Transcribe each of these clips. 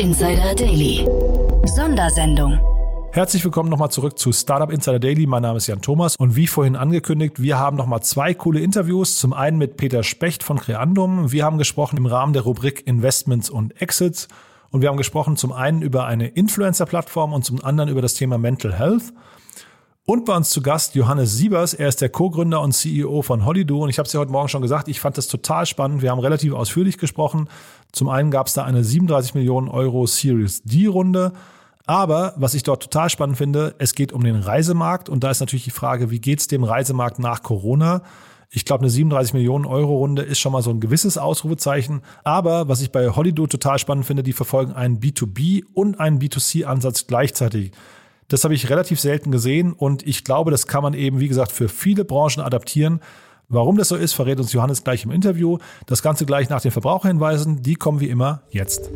Insider Daily. Sondersendung. Herzlich willkommen nochmal zurück zu Startup Insider Daily. Mein Name ist Jan Thomas und wie vorhin angekündigt, wir haben nochmal 2 coole Interviews. Zum einen mit Peter Specht von Creandum. Wir haben gesprochen im Rahmen der Rubrik Investments und Exits. Und wir haben gesprochen zum einen über eine Influencer-Plattform und zum anderen über das Thema Mental Health. Und bei uns zu Gast Johannes Siebers. Er ist der Co-Gründer und CEO von Holido. Und ich habe es ja heute Morgen schon gesagt, ich fand das total spannend. Wir haben relativ ausführlich gesprochen. Zum einen gab es da eine 37 Millionen Euro Series D-Runde. Aber was ich dort total spannend finde, es geht um den Reisemarkt. Und da ist natürlich die Frage, wie geht's dem Reisemarkt nach Corona? Ich glaube, eine 37 Millionen Euro Runde ist schon mal so ein gewisses Ausrufezeichen. Aber was ich bei Holido total spannend finde, die verfolgen einen B2B- und einen B2C-Ansatz gleichzeitig. Das habe ich relativ selten gesehen und ich glaube, das kann man eben, wie gesagt, für viele Branchen adaptieren. Warum das so ist, verrät uns Johannes gleich im Interview. Das Ganze gleich nach den Verbraucherhinweisen. Die kommen wie immer jetzt.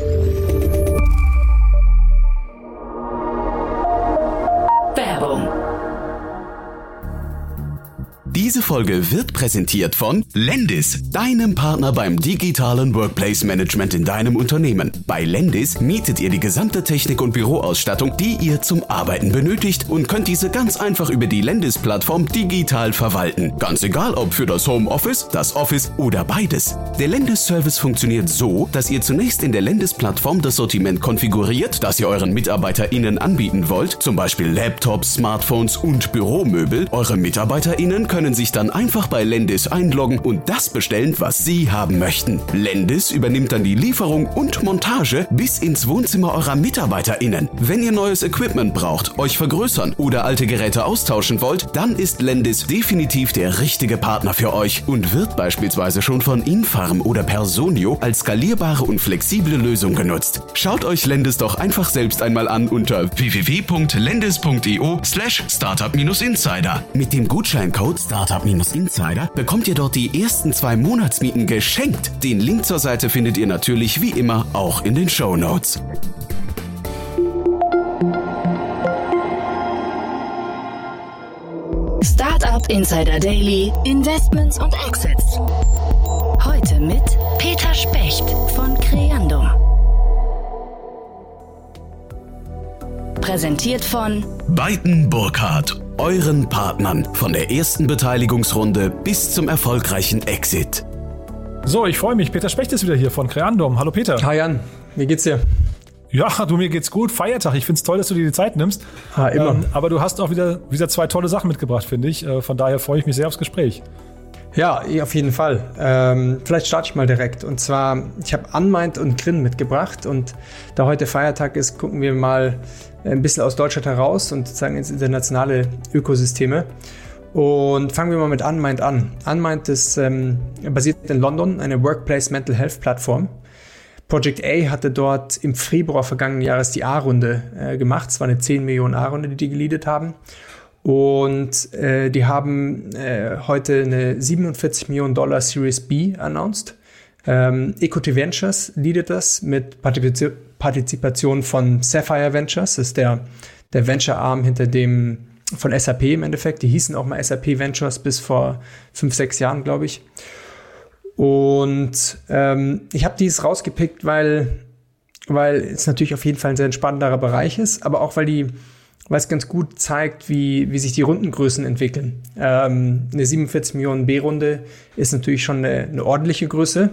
Werbung. Diese Folge wird präsentiert von Lendis, deinem Partner beim digitalen Workplace Management in deinem Unternehmen. Bei Lendis mietet ihr die gesamte Technik- und Büroausstattung, die ihr zum Arbeiten benötigt und könnt diese ganz einfach über die Lendis-Plattform digital verwalten. Ganz egal, ob für das Homeoffice, das Office oder beides. Der Lendis-Service funktioniert so, dass ihr zunächst in der Lendis-Plattform das Sortiment konfiguriert, das ihr euren MitarbeiterInnen anbieten wollt, zum Beispiel Laptops, Smartphones und Büromöbel. Eure MitarbeiterInnen können sich dann einfach bei Lendis einloggen und das bestellen, was sie haben möchten. Lendis übernimmt dann die Lieferung und Montage bis ins Wohnzimmer eurer MitarbeiterInnen. Wenn ihr neues Equipment braucht, euch vergrößern oder alte Geräte austauschen wollt, dann ist Lendis definitiv der richtige Partner für euch und wird beispielsweise schon von Infarm oder Personio als skalierbare und flexible Lösung genutzt. Schaut euch Lendis doch einfach selbst einmal an unter www.lendis.io/startup-insider. Mit dem Gutscheincode Startup-Insider bekommt ihr dort die ersten 2 Monatsmieten geschenkt. Den Link zur Seite findet ihr natürlich wie immer auch in den Shownotes. Startup Insider Daily. Investments und Exits. Heute mit Peter Specht von Creandum. Präsentiert von Beiten Burkhardt, euren Partnern von der ersten Beteiligungsrunde bis zum erfolgreichen Exit. So, ich freue mich. Peter Specht ist wieder hier von Creandum. Hallo Peter. Hi Jan, wie geht's dir? Ja, mir geht's gut. Feiertag. Ich find's toll, dass du dir die Zeit nimmst. Immer. Aber du hast auch wieder 2 tolle Sachen mitgebracht, finde ich. Von daher freue ich mich sehr aufs Gespräch. Ja, auf jeden Fall. Vielleicht starte ich mal direkt. Und zwar, ich habe Unmind und Grin mitgebracht. Und da heute Feiertag ist, gucken wir mal ein bisschen aus Deutschland heraus und sozusagen ins internationale Ökosysteme. Und fangen wir mal mit Unmind an. Unmind ist basiert in London, eine Workplace Mental Health Plattform. Project A hatte dort im Februar vergangenen Jahres die A-Runde gemacht. Es war eine 10 Millionen A-Runde, die geleadet haben. Und die haben heute eine 47 Millionen Dollar Series B announced. Equity Ventures leadet das mit Partizipation von Sapphire Ventures. Das ist der Venture-Arm hinter dem von SAP im Endeffekt. Die hießen auch mal SAP Ventures bis vor 5-6 Jahren, glaube ich. Und ich habe dies rausgepickt, weil es natürlich auf jeden Fall ein sehr spannenderer Bereich ist, aber auch weil es ganz gut zeigt, wie sich die Rundengrößen entwickeln. Eine 47 Millionen B-Runde ist natürlich schon eine ordentliche Größe.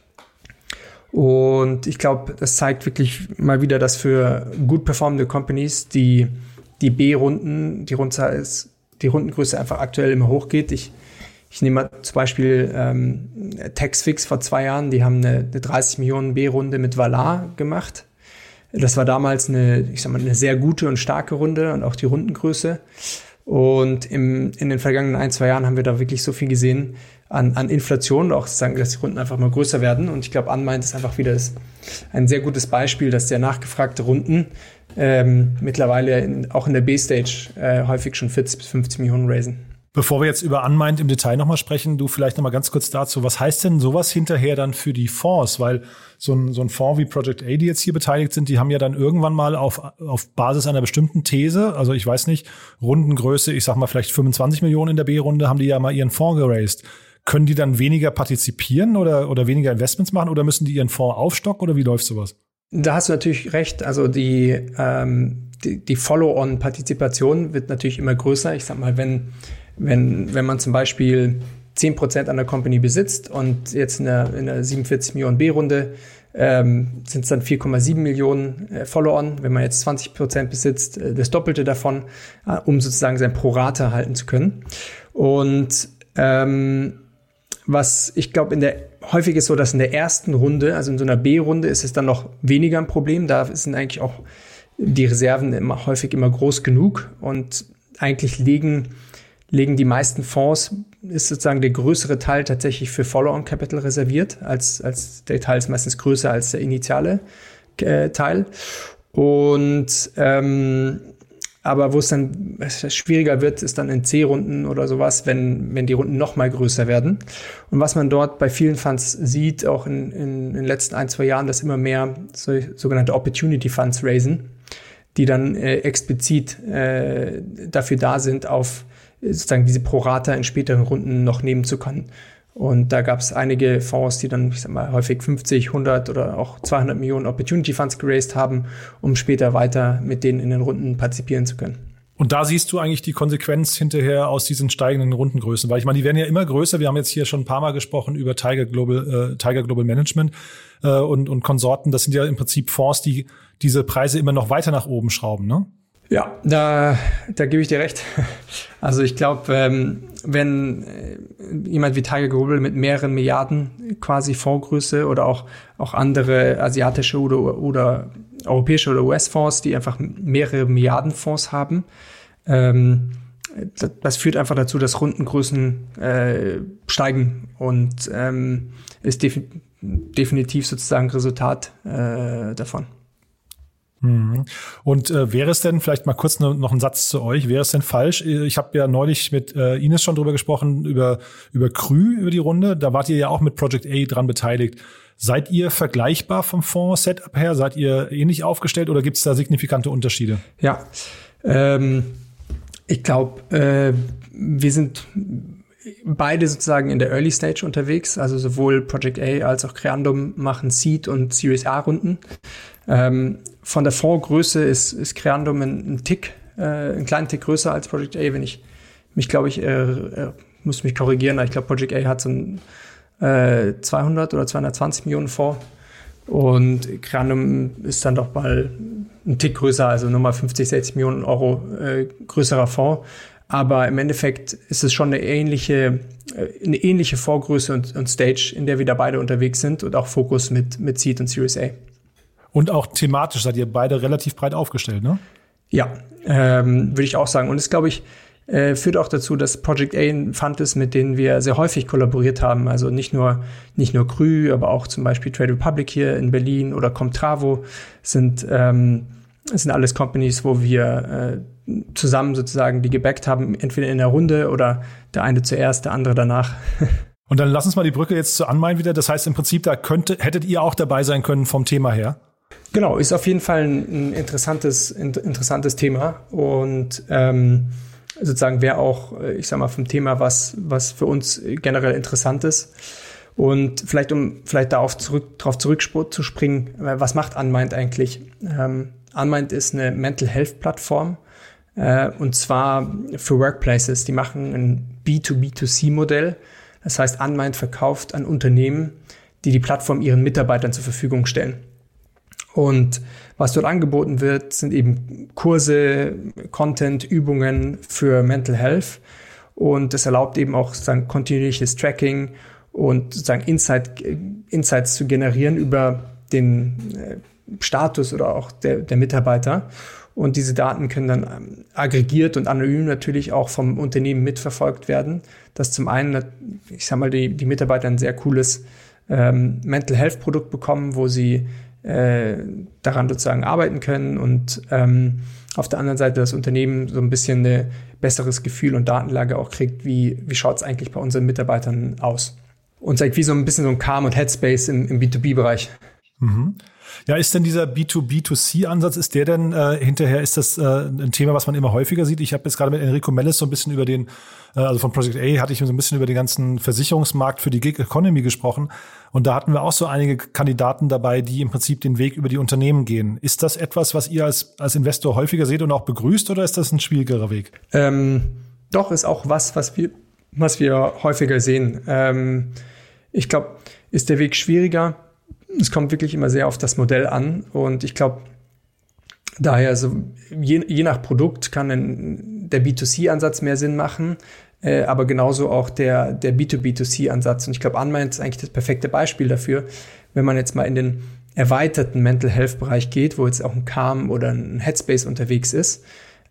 Und ich glaube, das zeigt wirklich mal wieder, dass für gut performende Companies die B-Runden, die Rundengröße einfach aktuell immer hochgeht. Ich nehme mal zum Beispiel Taxfix vor 2 Jahren, die haben eine 30 Millionen B-Runde mit Valar gemacht. Das war damals eine sehr gute und starke Runde und auch die Rundengröße. Und in den vergangenen 1-2 Jahren haben wir da wirklich so viel gesehen an Inflation, auch sagen, dass die Runden einfach mal größer werden. Und ich glaube, Unmind ist einfach wieder ein sehr gutes Beispiel, dass der nachgefragte Runden mittlerweile auch in der B-Stage häufig schon 40 bis 50 Millionen raisen. Bevor wir jetzt über Unmind im Detail nochmal sprechen, du vielleicht nochmal ganz kurz dazu, was heißt denn sowas hinterher dann für die Fonds? Weil so ein Fonds wie Project A, die jetzt hier beteiligt sind, die haben ja dann irgendwann mal auf Basis einer bestimmten These, also ich weiß nicht, Rundengröße, ich sag mal vielleicht 25 Millionen in der B-Runde, haben die ja mal ihren Fonds geraced. Können die dann weniger partizipieren oder weniger Investments machen oder müssen die ihren Fonds aufstocken oder wie läuft sowas? Da hast du natürlich recht. Also die Follow-on-Partizipation wird natürlich immer größer. Ich sag mal, wenn man zum Beispiel 10% an der Company besitzt und jetzt in einer 47 Millionen B-Runde sind es dann 4,7 Millionen Follow-on. Wenn man jetzt 20% besitzt, das Doppelte davon, um sozusagen sein Pro-Rata halten zu können. Und was ich glaube, häufig ist so, dass in der ersten Runde, also in so einer B-Runde, ist es dann noch weniger ein Problem. Da sind eigentlich auch die Reserven häufig immer groß genug. Und eigentlich legen die meisten Fonds, ist sozusagen der größere Teil tatsächlich für Follow-on-Capital reserviert. Als der Teil ist meistens größer als der initiale Teil. Und aber wo es dann schwieriger wird, ist dann in C-Runden oder sowas, wenn die Runden noch mal größer werden. Und was man dort bei vielen Funds sieht, auch in den letzten 1-2 Jahren, dass immer mehr sogenannte Opportunity Funds raisen, die dann explizit dafür da sind, auf sozusagen diese Pro-Rata in späteren Runden noch nehmen zu können. Und da gab es einige Fonds, die dann, ich sag mal, häufig 50, 100 oder auch 200 Millionen Opportunity Funds geraced haben, um später weiter mit denen in den Runden partizipieren zu können. Und da siehst du eigentlich die Konsequenz hinterher aus diesen steigenden Rundengrößen. Weil ich meine, die werden ja immer größer. Wir haben jetzt hier schon ein paar Mal gesprochen über Tiger Global Management und Konsorten. Das sind ja im Prinzip Fonds, die diese Preise immer noch weiter nach oben schrauben, ne? Ja, da gebe ich dir recht. Also ich glaube, wenn jemand wie Tiger Global mit mehreren Milliarden quasi Fondsgröße oder auch andere asiatische oder europäische oder US-Fonds, die einfach mehrere Milliarden Fonds haben, das führt einfach dazu, dass Rundengrößen steigen und ist definitiv sozusagen Resultat davon. Und wäre es denn, vielleicht mal kurz noch ein Satz zu euch, wäre es denn falsch? Ich habe ja neulich mit Ines schon drüber gesprochen, über Krü, über die Runde. Da wart ihr ja auch mit Project A dran beteiligt. Seid ihr vergleichbar vom Fonds-Setup her? Seid ihr ähnlich aufgestellt oder gibt es da signifikante Unterschiede? Ja, ich glaube, wir sind beide sozusagen in der Early Stage unterwegs. Also sowohl Project A als auch Creandum machen Seed- und Series A-Runden. Von der Fondsgröße ist Creandum einen kleinen Tick größer als Project A. Wenn ich mich, glaube ich, muss mich korrigieren, aber ich glaube, Project A hat so ein 200 oder 220 Millionen Fonds und Creandum ist dann doch mal ein Tick größer, also nochmal 50, 60 Millionen Euro größerer Fonds. Aber im Endeffekt ist es schon eine ähnliche Fondsgröße und Stage, in der wir da beide unterwegs sind und auch Fokus mit Seed und Series A. Und auch thematisch seid ihr beide relativ breit aufgestellt, ne? Ja, würde ich auch sagen. Und es, glaube ich, führt auch dazu, dass Project A ein Fund ist, mit denen wir sehr häufig kollaboriert haben. Also nicht nur Krü, aber auch zum Beispiel Trade Republic hier in Berlin oder Comtravo sind alles Companies, wo wir zusammen sozusagen die gebackt haben, entweder in der Runde oder der eine zuerst, der andere danach. Und dann lass uns mal die Brücke jetzt zu Unmind wieder. Das heißt im Prinzip, da hättet ihr auch dabei sein können vom Thema her? Genau, ist auf jeden Fall ein interessantes Thema und sozusagen wäre auch, ich sag mal, vom Thema was für uns generell interessant ist. Und vielleicht darauf zurückzuspringen, was macht Unmind eigentlich? Unmind ist eine Mental Health Plattform und zwar für Workplaces. Die machen ein B2B2C-Modell. Das heißt, Unmind verkauft an Unternehmen, die Plattform ihren Mitarbeitern zur Verfügung stellen. Und was dort angeboten wird, sind eben Kurse, Content, Übungen für Mental Health. Und das erlaubt eben auch sozusagen kontinuierliches Tracking und sozusagen Insights zu generieren über den Status oder auch der Mitarbeiter. Und diese Daten können dann aggregiert und anonym natürlich auch vom Unternehmen mitverfolgt werden. Dass zum einen, ich sag mal, die Mitarbeiter ein sehr cooles Mental Health Produkt bekommen, wo sie daran sozusagen arbeiten können und auf der anderen Seite das Unternehmen so ein bisschen ein besseres Gefühl und Datenlage auch kriegt, wie schaut es eigentlich bei unseren Mitarbeitern aus. Und zeigt wie so ein bisschen so ein Calm und Headspace im B2B-Bereich. Mhm. Ja, ist denn dieser B2B2C-Ansatz, ist der denn hinterher, ist das ein Thema, was man immer häufiger sieht? Ich habe jetzt gerade mit Enrico Mellis so ein bisschen über den, also von Project A hatte ich so ein bisschen über den ganzen Versicherungsmarkt für die Gig Economy gesprochen. Und da hatten wir auch so einige Kandidaten dabei, die im Prinzip den Weg über die Unternehmen gehen. Ist das etwas, was ihr als Investor häufiger seht und auch begrüßt, oder ist das ein schwierigerer Weg? Doch, ist auch was wir häufiger sehen. Ich glaube, ist der Weg schwieriger. Es kommt wirklich immer sehr auf das Modell an. Und ich glaube, daher, also je nach Produkt kann der B2C-Ansatz mehr Sinn machen, aber genauso auch der B2B2C-Ansatz. Und ich glaube, Unmind ist eigentlich das perfekte Beispiel dafür, wenn man jetzt mal in den erweiterten Mental Health-Bereich geht, wo jetzt auch ein Calm oder ein Headspace unterwegs ist.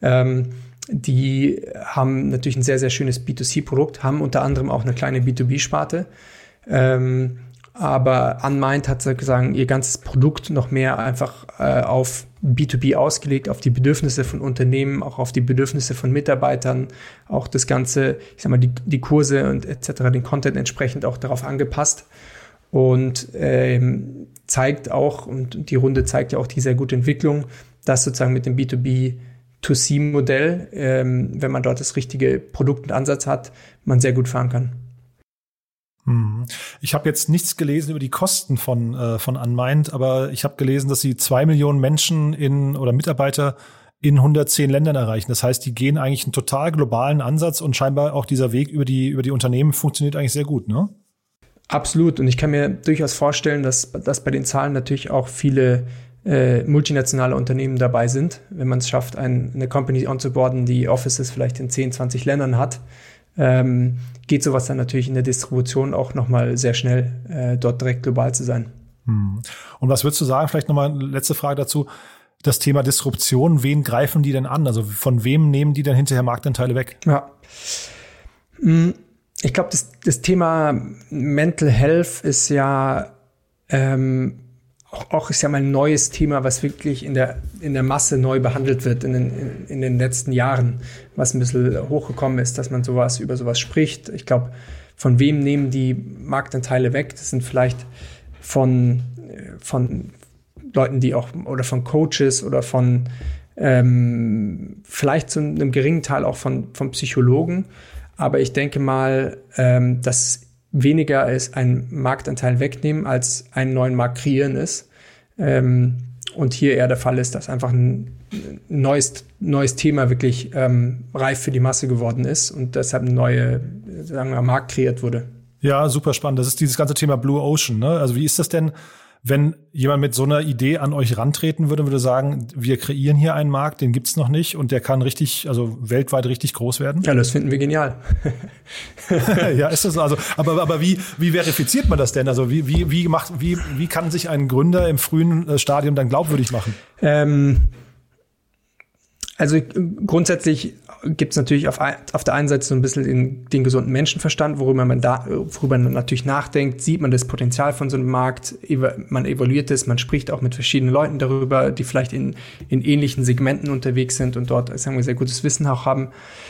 Die haben natürlich ein sehr, sehr schönes B2C-Produkt, haben unter anderem auch eine kleine B2B-Sparte. Aber Unmind hat sozusagen ihr ganzes Produkt noch mehr einfach auf B2B ausgelegt, auf die Bedürfnisse von Unternehmen, auch auf die Bedürfnisse von Mitarbeitern, auch das Ganze, ich sag mal, die Kurse und etc., den Content entsprechend auch darauf angepasst und zeigt auch, und die Runde zeigt ja auch die sehr gute Entwicklung, dass sozusagen mit dem B2B2C-Modell, wenn man dort das richtige Produkt und Ansatz hat, man sehr gut fahren kann. Ich habe jetzt nichts gelesen über die Kosten von Unmind, aber ich habe gelesen, dass sie 2 Millionen Menschen oder Mitarbeiter in 110 Ländern erreichen. Das heißt, die gehen eigentlich einen total globalen Ansatz und scheinbar auch dieser Weg über die Unternehmen funktioniert eigentlich sehr gut, ne? Absolut. Und ich kann mir durchaus vorstellen, dass bei den Zahlen natürlich auch viele multinationale Unternehmen dabei sind. Wenn man es schafft, eine Company onzuboarden, die Offices vielleicht in 10, 20 Ländern hat, geht sowas dann natürlich in der Distribution auch nochmal sehr schnell, dort direkt global zu sein. Und was würdest du sagen, vielleicht nochmal eine letzte Frage dazu, das Thema Disruption, wen greifen die denn an? Also von wem nehmen die dann hinterher Marktanteile weg? Ja, ich glaube, das Thema Mental Health ist ja auch ist ja mal ein neues Thema, was wirklich in der Masse neu behandelt wird in den letzten Jahren, was ein bisschen hochgekommen ist, dass man über sowas spricht. Ich glaube, von wem nehmen die Marktanteile weg? Das sind vielleicht von Leuten, die auch, oder von Coaches oder von vielleicht zu einem geringen Teil auch von Psychologen. Aber ich denke mal, dass weniger ist ein Marktanteil wegnehmen, als einen neuen Markt kreieren ist. Und hier eher der Fall ist, dass einfach ein neues Thema wirklich reif für die Masse geworden ist und deshalb ein neuer Markt kreiert wurde. Ja, super spannend. Das ist dieses ganze Thema Blue Ocean, ne? Also wie ist das denn, wenn jemand mit so einer Idee an euch rantreten würde sagen, wir kreieren hier einen Markt, den gibt's noch nicht und der kann weltweit richtig groß werden? Ja, das finden wir genial. Ja, ist das so? Also, aber wie verifiziert man das denn? Also wie kann sich ein Gründer im frühen Stadium dann glaubwürdig machen? Also grundsätzlich gibt es natürlich auf der einen Seite so ein bisschen den gesunden Menschenverstand, worüber man natürlich nachdenkt, sieht man das Potenzial von so einem Markt, man evaluiert es, man spricht auch mit verschiedenen Leuten darüber, die vielleicht in ähnlichen Segmenten unterwegs sind und dort, sagen wir, sehr gutes Wissen auch haben.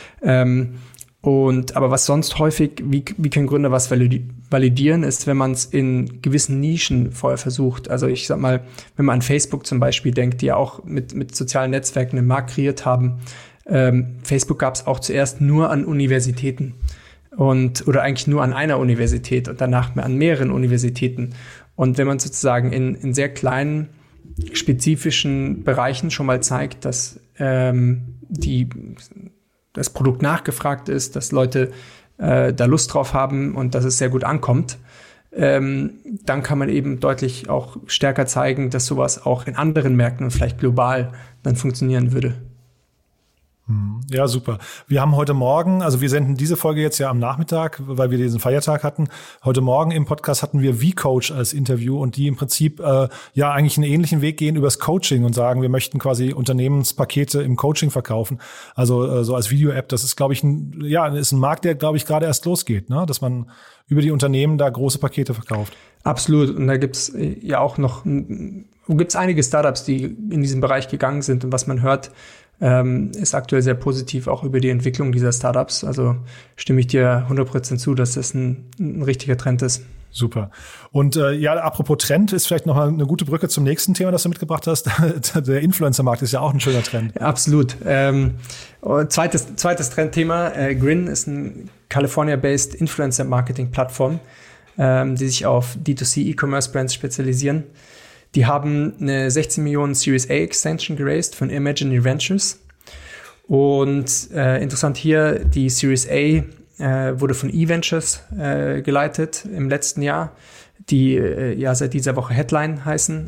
Aber was sonst häufig, wie können Gründer was validieren, ist, wenn man es in gewissen Nischen vorher versucht. Also ich sag mal, wenn man an Facebook zum Beispiel denkt, die ja auch mit sozialen Netzwerken einen Markt kreiert haben. Facebook gab es auch zuerst nur an Universitäten oder eigentlich nur an einer Universität und danach an mehreren Universitäten. Und wenn man sozusagen in sehr kleinen, spezifischen Bereichen schon mal zeigt, dass das Produkt nachgefragt ist, dass Leute da Lust drauf haben und dass es sehr gut ankommt, dann kann man eben deutlich auch stärker zeigen, dass sowas auch in anderen Märkten und vielleicht global dann funktionieren würde. Ja, super. Wir haben heute Morgen, also wir senden diese Folge jetzt ja am Nachmittag, weil wir diesen Feiertag hatten. Heute Morgen im Podcast hatten wir vCoach als Interview und die im Prinzip eigentlich einen ähnlichen Weg gehen übers Coaching und sagen, wir möchten quasi Unternehmenspakete im Coaching verkaufen. Also so als Video-App, das ist, glaube ich, ist ein Markt, der, glaube ich, gerade erst losgeht, ne? Dass man über die Unternehmen da große Pakete verkauft. Absolut. Und da gibt's ja auch gibt's einige Startups, die in diesem Bereich gegangen sind und was man hört, ist aktuell sehr positiv auch über die Entwicklung dieser Startups. Also stimme ich dir 100% zu, dass das ein richtiger Trend ist. Super. Und apropos Trend, ist vielleicht noch mal eine gute Brücke zum nächsten Thema, das du mitgebracht hast. Der Influencer-Markt ist ja auch ein schöner Trend. Ja, absolut. Zweites Trendthema. Grin ist ein California-based Influencer-Marketing-Plattform, die sich auf D2C E-Commerce-Brands spezialisieren. Die haben eine 16 Millionen Series A Extension geraced von Imaginary Ventures. Und interessant hier, die Series A wurde von eVentures geleitet im letzten Jahr, die seit dieser Woche Headline heißen.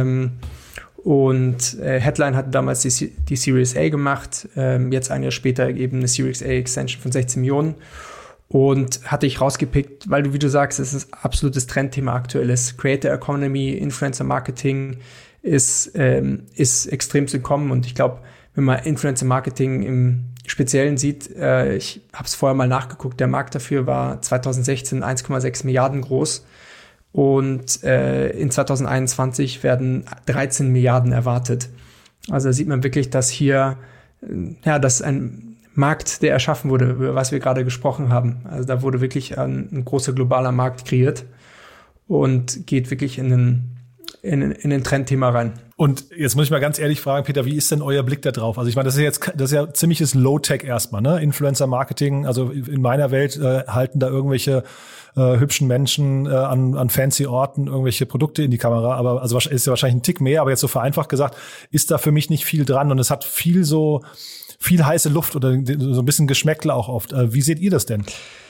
Headline hatte damals die Series A gemacht, jetzt ein Jahr später eben eine Series A Extension von 16 Millionen. Und hatte ich rausgepickt, weil du, wie du sagst, es ist ein absolutes Trendthema aktuelles. Creator Economy, Influencer Marketing ist extrem zu kommen. Und ich glaube, wenn man Influencer Marketing im Speziellen sieht, ich habe es vorher mal nachgeguckt, der Markt dafür war 2016 1,6 Milliarden groß. Und in 2021 werden 13 Milliarden erwartet. Also da sieht man wirklich, dass hier, dass ein Markt, der erschaffen wurde, über was wir gerade gesprochen haben. Also da wurde wirklich ein großer globaler Markt kreiert und geht wirklich in ein Trendthema rein. Und jetzt muss ich mal ganz ehrlich fragen, Peter, wie ist denn euer Blick da drauf? Also ich meine, das ist ja ziemliches Low-Tech erstmal, ne? Influencer-Marketing, also in meiner Welt halten da irgendwelche hübschen Menschen an fancy Orten irgendwelche Produkte in die Kamera, aber also ist ja wahrscheinlich ein Tick mehr, aber jetzt so vereinfacht gesagt, ist da für mich nicht viel dran und es hat viel heiße Luft oder so ein bisschen Geschmäckle auch oft. Wie seht ihr das denn?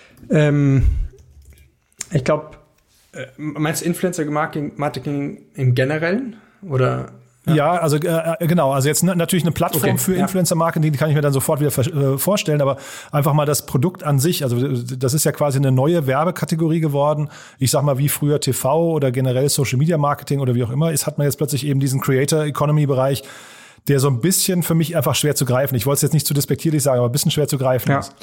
Ich glaube, meinst du Influencer-Marketing im Generellen? Oder? Ja, also genau. Also jetzt natürlich eine Plattform für Influencer-Marketing, die kann ich mir dann sofort wieder vorstellen, aber einfach mal das Produkt an sich. Also das ist ja quasi eine neue Werbekategorie geworden. Ich sag mal, wie früher TV oder generell Social-Media-Marketing oder wie auch immer ist, hat man jetzt plötzlich eben diesen Creator-Economy-Bereich, der so ein bisschen für mich einfach schwer zu greifen. Ich wollte es jetzt nicht zu despektierlich sagen, aber ein bisschen schwer zu greifen ist.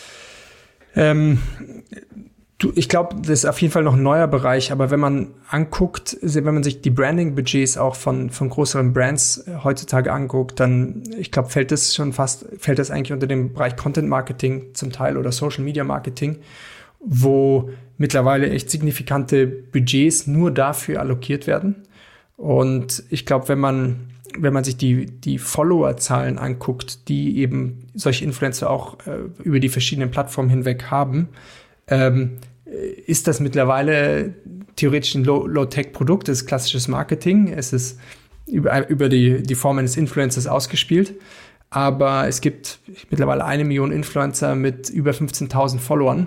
Ich glaube, das ist auf jeden Fall noch ein neuer Bereich, aber wenn man wenn man sich die Branding-Budgets auch von größeren Brands heutzutage anguckt, dann, ich glaube, fällt das eigentlich unter den Bereich Content-Marketing zum Teil oder Social-Media-Marketing, wo mittlerweile echt signifikante Budgets nur dafür allokiert werden. Und ich glaube, wenn man sich die Follower-Zahlen anguckt, die eben solche Influencer auch über die verschiedenen Plattformen hinweg haben, ist das mittlerweile theoretisch ein Low-Tech-Produkt, das ist klassisches Marketing. Es ist über die Form eines Influencers ausgespielt. Aber es gibt mittlerweile 1 Million Influencer mit über 15.000 Followern.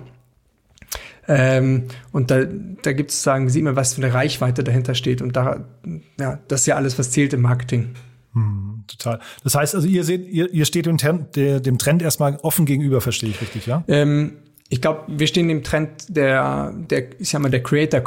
Und da gibt es sieht man, was für eine Reichweite dahinter steht. Und das ist ja alles, was zählt im Marketing. Total. Das heißt also, ihr steht dem Trend erstmal offen gegenüber, verstehe ich richtig, ja? Ich glaube, wir stehen dem Trend der Creator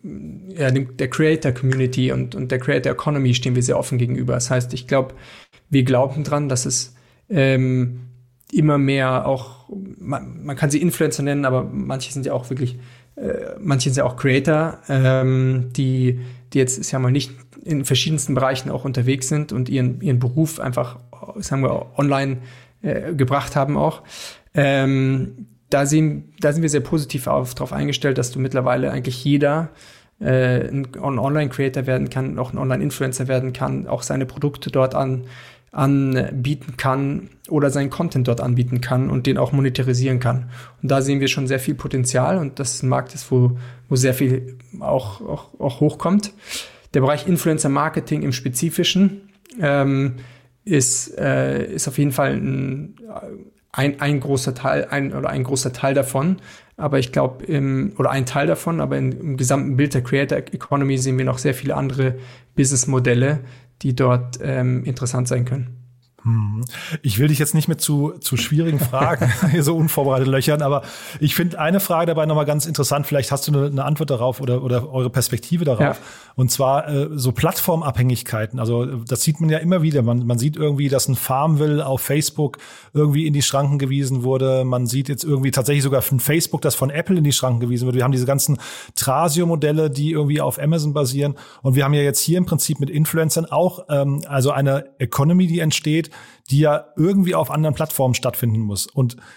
Community und der Creator Economy stehen wir sehr offen gegenüber. Das heißt, ich glaube, wir glauben dran, dass es immer mehr auch, man kann sie Influencer nennen, aber manche sind ja auch wirklich, manche sind ja auch Creator, die jetzt, nicht in verschiedensten Bereichen auch unterwegs sind und ihren Beruf einfach, online gebracht haben auch. Da sind wir sehr positiv darauf eingestellt, dass du mittlerweile eigentlich jeder ein Online-Creator werden kann, auch ein Online-Influencer werden kann, auch seine Produkte dort anbieten kann oder seinen Content dort anbieten kann und den auch monetarisieren kann. Und da sehen wir schon sehr viel Potenzial und das ist ein Markt, wo sehr viel auch hochkommt. Der Bereich Influencer-Marketing im Spezifischen ist auf jeden Fall ein großer Teil, ein großer Teil davon, aber ich glaube, ein Teil davon, aber im gesamten Bild der Creator Economy sehen wir noch sehr viele andere Businessmodelle, die dort interessant sein können. Ich will dich jetzt nicht mit zu schwierigen Fragen hier so unvorbereitet löchern, aber ich finde eine Frage dabei nochmal ganz interessant. Vielleicht hast du eine Antwort darauf oder eure Perspektive darauf. Ja. Und zwar so Plattformabhängigkeiten. Also das sieht man ja immer wieder. Man sieht irgendwie, dass ein Farmville auf Facebook irgendwie in die Schranken gewiesen wurde. Man sieht jetzt irgendwie tatsächlich sogar von Facebook, das von Apple in die Schranken gewiesen wird. Wir haben diese ganzen Trasio-Modelle, die irgendwie auf Amazon basieren. Und wir haben ja jetzt hier im Prinzip mit Influencern auch also eine Economy, die entsteht, die ja irgendwie auf anderen Plattformen stattfinden muss. Und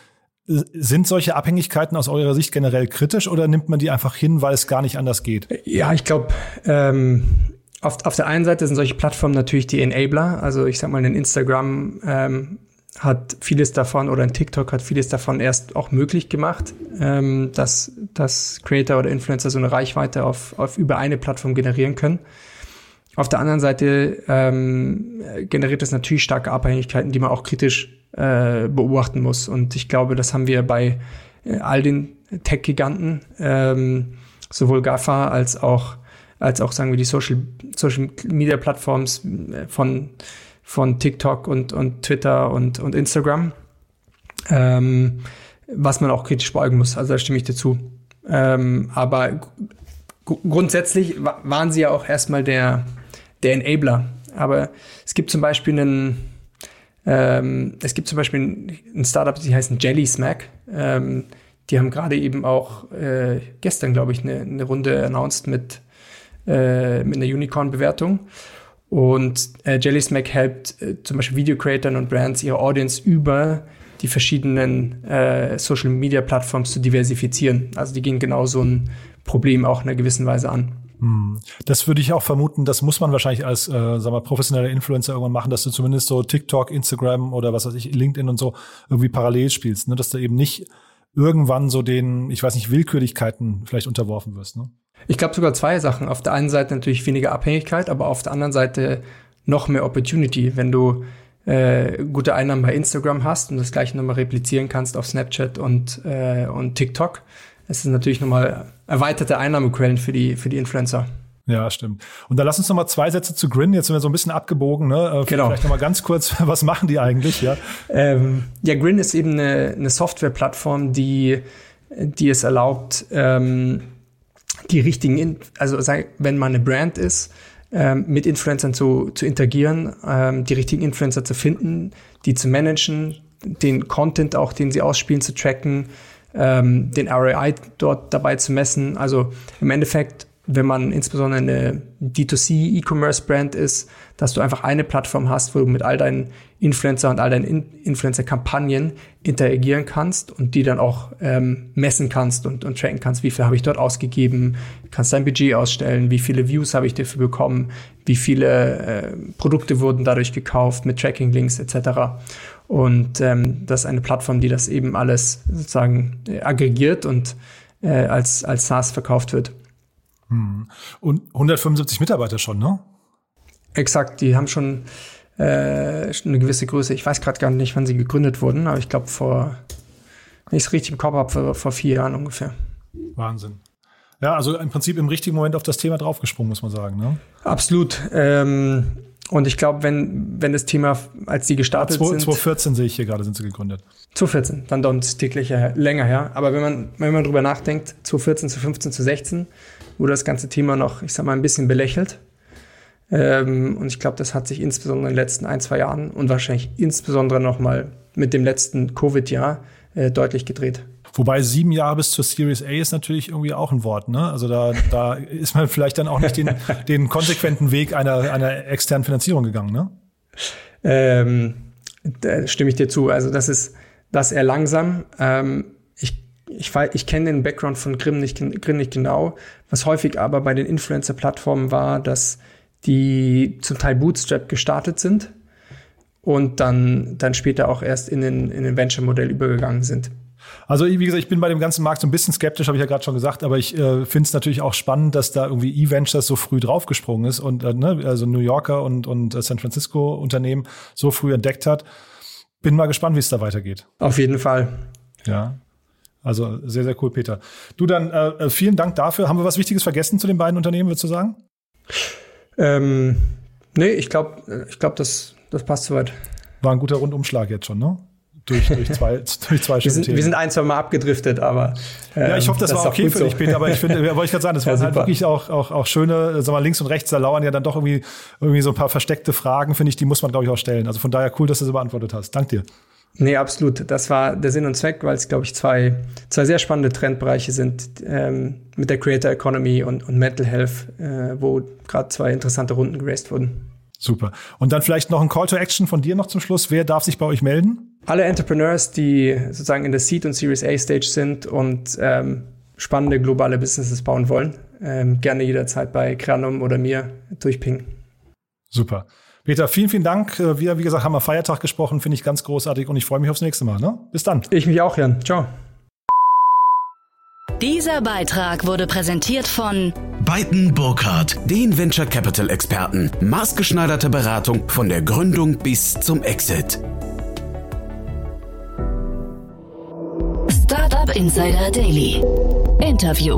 Sind solche Abhängigkeiten aus eurer Sicht generell kritisch oder nimmt man die einfach hin, weil es gar nicht anders geht? Ja, ich glaube, auf der einen Seite sind solche Plattformen natürlich die Enabler. Also ich sag mal, ein Instagram hat vieles davon oder ein TikTok hat vieles davon erst auch möglich gemacht, dass Creator oder Influencer so eine Reichweite auf über eine Plattform generieren können. Auf der anderen Seite generiert es natürlich starke Abhängigkeiten, die man auch kritisch beobachten muss. Und ich glaube, das haben wir bei all den Tech-Giganten, sowohl GAFA als auch sagen wir die Social-Media-Plattforms von TikTok und Twitter und Instagram, was man auch kritisch beäugen muss. Also da stimme ich dir zu. Aber grundsätzlich waren sie ja auch erstmal der Enabler. Aber es gibt zum Beispiel ein Startup, die heißen Jelly Smack. Die haben gerade eben auch gestern, glaube ich, eine Runde announced mit einer Unicorn-Bewertung. Und Jelly Smack hilft zum Beispiel Video-Creatern und Brands, ihre Audience über die verschiedenen Social-Media-Plattformen zu diversifizieren. Also die gehen genau so ein Problem auch in einer gewissen Weise an. Das würde ich auch vermuten, das muss man wahrscheinlich als professioneller Influencer irgendwann machen, dass du zumindest so TikTok, Instagram oder was weiß ich, LinkedIn und so irgendwie parallel spielst, ne? Dass du eben nicht irgendwann so den, ich weiß nicht, Willkürlichkeiten vielleicht unterworfen wirst. Ne? Ich glaube sogar zwei Sachen. Auf der einen Seite natürlich weniger Abhängigkeit, aber auf der anderen Seite noch mehr Opportunity. Wenn du gute Einnahmen bei Instagram hast und das gleiche nochmal replizieren kannst auf Snapchat und TikTok, es ist natürlich nochmal erweiterte Einnahmequellen für die Influencer. Ja, stimmt. Und dann lass uns noch mal 2 Sätze zu Grin. Jetzt sind wir so ein bisschen abgebogen, ne? Genau. Vielleicht noch mal ganz kurz, was machen die eigentlich? Ja, Grin ist eben eine Softwareplattform, die es erlaubt, die richtigen, wenn man eine Brand ist, mit Influencern zu interagieren, die richtigen Influencer zu finden, die zu managen, den Content auch, den sie ausspielen, zu tracken, den ROI dort dabei zu messen. Also im Endeffekt, wenn man insbesondere eine D2C-E-Commerce-Brand ist, dass du einfach eine Plattform hast, wo du mit all deinen Influencer und all deinen Influencer-Kampagnen interagieren kannst und die dann auch messen kannst und tracken kannst, wie viel habe ich dort ausgegeben, kannst dein Budget ausstellen, wie viele Views habe ich dafür bekommen, wie viele Produkte wurden dadurch gekauft mit Tracking-Links etc. Und das ist eine Plattform, die das eben alles sozusagen aggregiert und als SaaS verkauft wird. Und 175 Mitarbeiter schon, ne? Exakt, die haben schon eine gewisse Größe. Ich weiß gerade gar nicht, wann sie gegründet wurden, aber ich glaube wenn ich es richtig im Kopf habe, vor 4 Jahren ungefähr. Wahnsinn. Ja, also im Prinzip im richtigen Moment auf das Thema draufgesprungen, muss man sagen, ne? Absolut. Und ich glaube, wenn das Thema, als die gestartet sind... 2014 sehe ich hier gerade, sind sie gegründet. 2014, dann doch ein täglich länger her. Aber wenn man drüber nachdenkt, 2014, 2015, 2016, wurde das ganze Thema noch, ich sag mal, ein bisschen belächelt. Und ich glaube, das hat sich insbesondere in den letzten 1-2 Jahren und wahrscheinlich insbesondere noch mal mit dem letzten Covid-Jahr deutlich gedreht. Wobei 7 Jahre bis zur Series A ist natürlich irgendwie auch ein Wort, ne? Also da ist man vielleicht dann auch nicht den konsequenten Weg einer externen Finanzierung gegangen, ne? Da stimme ich dir zu. Also das ist eher langsam. Ich kenne den Background von Grin nicht genau. Was häufig aber bei den Influencer-Plattformen war, dass die zum Teil Bootstrap gestartet sind und dann später auch erst in ein Venture-Modell übergegangen sind. Also wie gesagt, ich bin bei dem ganzen Markt so ein bisschen skeptisch, habe ich ja gerade schon gesagt, aber ich finde es natürlich auch spannend, dass da irgendwie E-Ventures so früh draufgesprungen ist und also New Yorker und San Francisco Unternehmen so früh entdeckt hat. Bin mal gespannt, wie es da weitergeht. Auf jeden Fall. Ja, also sehr, sehr cool, Peter. Du, dann vielen Dank dafür. Haben wir was Wichtiges vergessen zu den beiden Unternehmen, würdest du sagen? Nee, ich glaube, das passt soweit. War ein guter Rundumschlag jetzt schon, ne? Durch zwei Themen. Wir sind 1-2 Mal abgedriftet, aber ja, ich hoffe, das war okay für dich, Peter, aber ich finde, wollte ich gerade sagen, das waren halt wirklich auch schöne, sag mal, links und rechts, da lauern ja dann doch irgendwie so ein paar versteckte Fragen, finde ich, die muss man, glaube ich, auch stellen. Also von daher cool, dass du sie beantwortet hast. Dank dir. Nee, absolut. Das war der Sinn und Zweck, weil es, glaube ich, zwei sehr spannende Trendbereiche sind mit der Creator Economy und Mental Health, wo gerade 2 interessante Runden geraced wurden. Super. Und dann vielleicht noch ein Call to Action von dir noch zum Schluss. Wer darf sich bei euch melden? Alle Entrepreneurs, die sozusagen in der Seed- und Series A-Stage sind und spannende globale Businesses bauen wollen, gerne jederzeit bei Creandum oder mir durchpingen. Super. Peter, vielen, vielen Dank. Wir, wie gesagt, haben am Feiertag gesprochen, finde ich ganz großartig und ich freue mich aufs nächste Mal. Ne? Bis dann. Ich mich auch, Jan. Ciao. Dieser Beitrag wurde präsentiert von Beiten Burkhardt, den Venture Capital Experten. Maßgeschneiderte Beratung von der Gründung bis zum Exit. Startup Insider Daily. Interview.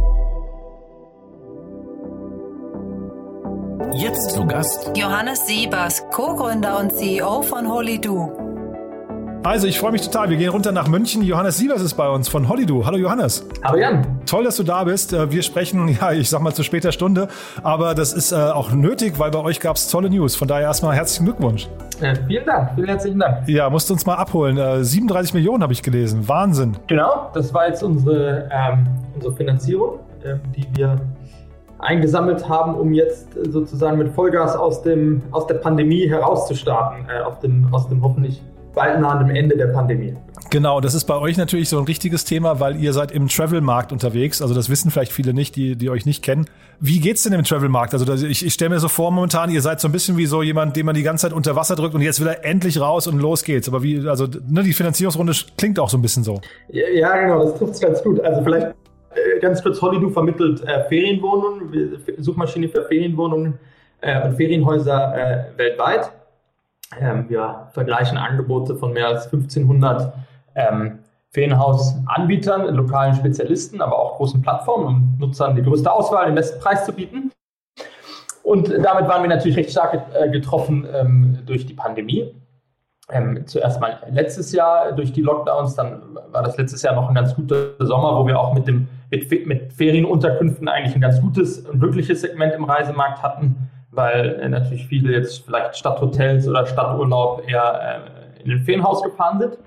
Jetzt zu Gast Johannes Siebers, Co-Gründer und CEO von Holidoo. Also, ich freue mich total. Wir gehen runter nach München. Johannes Siebers ist bei uns von Holidoo. Hallo Johannes. Hallo Jan. Toll, dass du da bist. Wir sprechen, ja, ich sag mal zu später Stunde, aber das ist auch nötig, weil bei euch gab es tolle News. Von daher erstmal herzlichen Glückwunsch. Vielen Dank, vielen herzlichen Dank. Ja, musst du uns mal abholen. 37 Millionen habe ich gelesen. Wahnsinn. Genau, das war jetzt unsere Finanzierung, die wir eingesammelt haben, um jetzt sozusagen mit Vollgas aus der Pandemie herauszustarten, aus dem hoffentlich bald nahenden Ende der Pandemie. Genau, das ist bei euch natürlich so ein richtiges Thema, weil ihr seid im Travel-Markt unterwegs. Also das wissen vielleicht viele nicht, die euch nicht kennen. Wie geht's denn im Travel-Markt? Also ich stelle mir so vor momentan, ihr seid so ein bisschen wie so jemand, den man die ganze Zeit unter Wasser drückt und jetzt will er endlich raus und los geht's. Aber die Finanzierungsrunde klingt auch so ein bisschen so. Ja, genau, das trifft's ganz gut. Also vielleicht ganz kurz, Holidoo vermittelt Ferienwohnungen, Suchmaschine für Ferienwohnungen und Ferienhäuser weltweit. Wir vergleichen Angebote von mehr als 1500 Ferienhausanbietern, lokalen Spezialisten, aber auch großen Plattformen, um Nutzern die größte Auswahl, den besten Preis zu bieten. Und damit waren wir natürlich recht stark getroffen durch die Pandemie. Zuerst mal letztes Jahr durch die Lockdowns, dann war das letztes Jahr noch ein ganz guter Sommer, wo wir auch mit Ferienunterkünften eigentlich ein ganz gutes und glückliches Segment im Reisemarkt hatten, weil natürlich viele jetzt vielleicht statt Hotels oder statt Urlaub eher in ein Ferienhaus gefahren sind.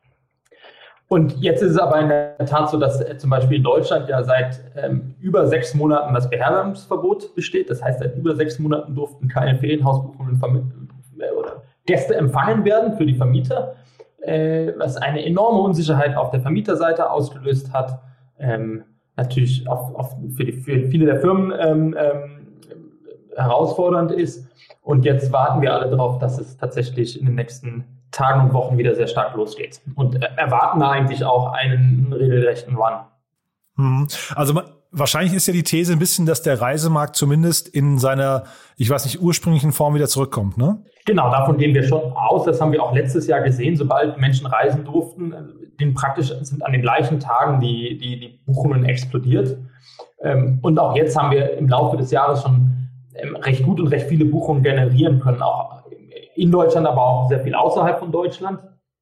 Und jetzt ist es aber in der Tat so, dass zum Beispiel in Deutschland ja seit über 6 Monaten das Beherbergungsverbot besteht. Das heißt, seit über 6 Monaten durften keine Ferienhausbuchungen oder Gäste empfangen werden für die Vermieter, was eine enorme Unsicherheit auf der Vermieterseite ausgelöst hat. Natürlich für viele der Firmen herausfordernd ist. Und jetzt warten wir alle darauf, dass es tatsächlich in den nächsten Tagen und Wochen wieder sehr stark losgeht. Und erwarten da eigentlich auch einen regelrechten Run. Also wahrscheinlich ist ja die These ein bisschen, dass der Reisemarkt zumindest in seiner, ich weiß nicht, ursprünglichen Form wieder zurückkommt, ne? Genau, davon gehen wir schon aus. Das haben wir auch letztes Jahr gesehen. Sobald Menschen reisen durften, praktisch sind an den gleichen Tagen die Buchungen explodiert. Und auch jetzt haben wir im Laufe des Jahres schon recht gut und recht viele Buchungen generieren können, auch in Deutschland, aber auch sehr viel außerhalb von Deutschland.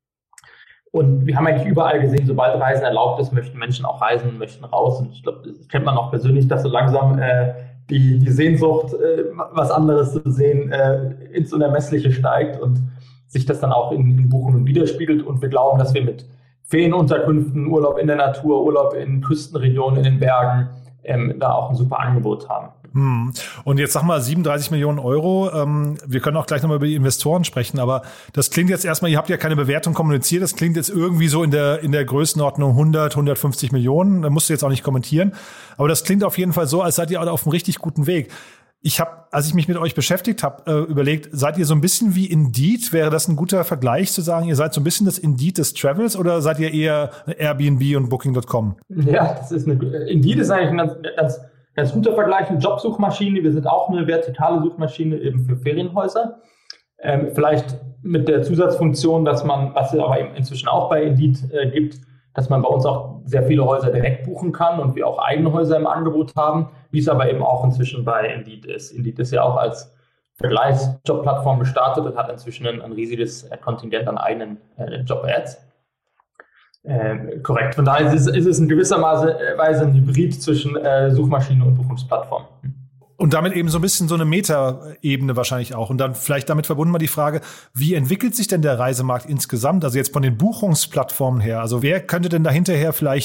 Und wir haben eigentlich überall gesehen, sobald Reisen erlaubt ist, möchten Menschen auch reisen, möchten raus. Und ich glaube, das kennt man auch persönlich, dass so langsam die Sehnsucht, was anderes zu sehen, ins Unermessliche steigt und sich das dann auch in Buchungen widerspiegelt. Und wir glauben, dass wir mit Ferienunterkünften, Urlaub in der Natur, Urlaub in Küstenregionen, in den Bergen, da auch ein super Angebot haben. Und jetzt sag mal 37 Millionen Euro. Wir können auch gleich nochmal über die Investoren sprechen, aber das klingt jetzt erstmal, ihr habt ja keine Bewertung kommuniziert, das klingt jetzt irgendwie so in der Größenordnung 150 Millionen. Da musst du jetzt auch nicht kommentieren. Aber das klingt auf jeden Fall so, als seid ihr auf einem richtig guten Weg. Ich habe, als ich mich mit euch beschäftigt habe, überlegt, seid ihr so ein bisschen wie Indeed? Wäre das ein guter Vergleich zu sagen, ihr seid so ein bisschen das Indeed des Travels oder seid ihr eher Airbnb und Booking.com? Ja, Indeed ist eigentlich ein ganz guter Vergleich, eine Jobsuchmaschine. Wir sind auch eine vertikale Suchmaschine eben für Ferienhäuser. Vielleicht mit der Zusatzfunktion, was es aber eben inzwischen auch bei Indeed gibt, dass man bei uns auch sehr viele Häuser direkt buchen kann und wir auch eigene Häuser im Angebot haben, wie es aber eben auch inzwischen bei Indeed ist. Indeed ist ja auch als Vergleichsjobplattform gestartet und hat inzwischen ein riesiges Kontingent an eigenen Job-Ads. Korrekt. Von daher ist es in gewisser Weise ein Hybrid zwischen Suchmaschine und Buchungsplattform. Und damit eben so ein bisschen so eine Meta-Ebene wahrscheinlich auch. Und dann vielleicht damit verbunden mal die Frage, wie entwickelt sich denn der Reisemarkt insgesamt? Also jetzt von den Buchungsplattformen her. Also wer könnte denn da hinterher vielleicht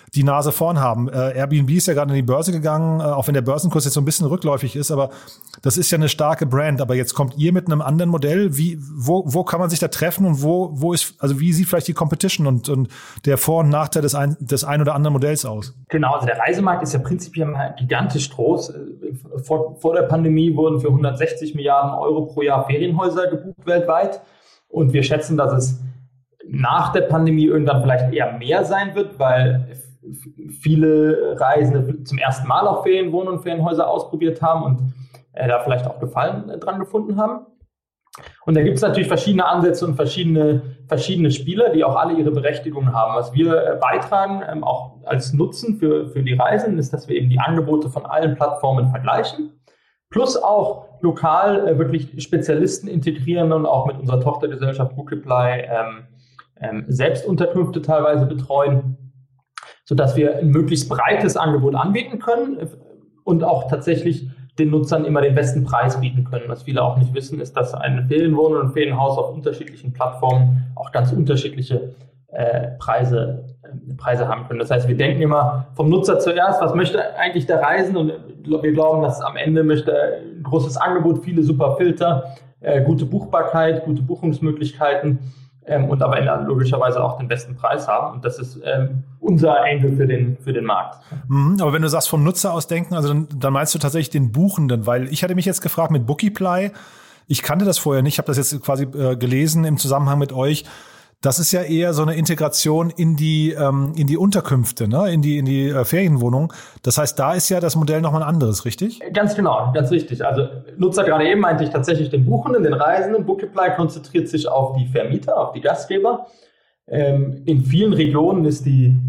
die Nase vorn haben. Airbnb ist ja gerade in die Börse gegangen, auch wenn der Börsenkurs jetzt so ein bisschen rückläufig ist, aber das ist ja eine starke Brand. Aber jetzt kommt ihr mit einem anderen Modell. Wo kann man sich da treffen und wo ist, also wie sieht vielleicht die Competition und der Vor- und Nachteil des ein oder anderen Modells aus? Genau, also der Reisemarkt ist ja prinzipiell gigantisch groß. Vor der Pandemie wurden für 160 Milliarden Euro pro Jahr Ferienhäuser gebucht weltweit. Und wir schätzen, dass es nach der Pandemie irgendwann vielleicht eher mehr sein wird, weil viele Reisende zum ersten Mal auch Ferienwohnungen und Ferienhäuser ausprobiert haben und da vielleicht auch Gefallen dran gefunden haben. Und da gibt es natürlich verschiedene Ansätze und verschiedene Spieler, die auch alle ihre Berechtigung haben. Was wir beitragen, auch als Nutzen für die Reisenden, ist, dass wir eben die Angebote von allen Plattformen vergleichen, plus auch lokal wirklich Spezialisten integrieren und auch mit unserer Tochtergesellschaft Bookiply selbst Unterkünfte teilweise betreuen, sodass wir ein möglichst breites Angebot anbieten können und auch tatsächlich den Nutzern immer den besten Preis bieten können. Was viele auch nicht wissen, ist, dass eine Ferienwohnung und ein Ferienhaus auf unterschiedlichen Plattformen auch ganz unterschiedliche Preise haben können. Das heißt, wir denken immer vom Nutzer zuerst, was möchte eigentlich der Reisende? Und wir glauben, dass am Ende möchte ein großes Angebot, viele super Filter, gute Buchbarkeit, gute Buchungsmöglichkeiten und aber logischerweise auch den besten Preis haben. Und das ist unser Angle für den Markt. Aber wenn du sagst, vom Nutzer aus denken, also dann meinst du tatsächlich den Buchenden, weil ich hatte mich jetzt gefragt mit Bookiply, ich kannte das vorher nicht, ich habe das jetzt quasi gelesen im Zusammenhang mit euch. Das ist ja eher so eine Integration in die Unterkünfte, ne? in die Ferienwohnung. Das heißt, da ist ja das Modell nochmal ein anderes, richtig? Ganz genau, ganz richtig. Also Nutzer gerade eben meinte ich tatsächlich den Buchenden, den Reisenden. Bookiply konzentriert sich auf die Vermieter, auf die Gastgeber. In vielen Regionen ist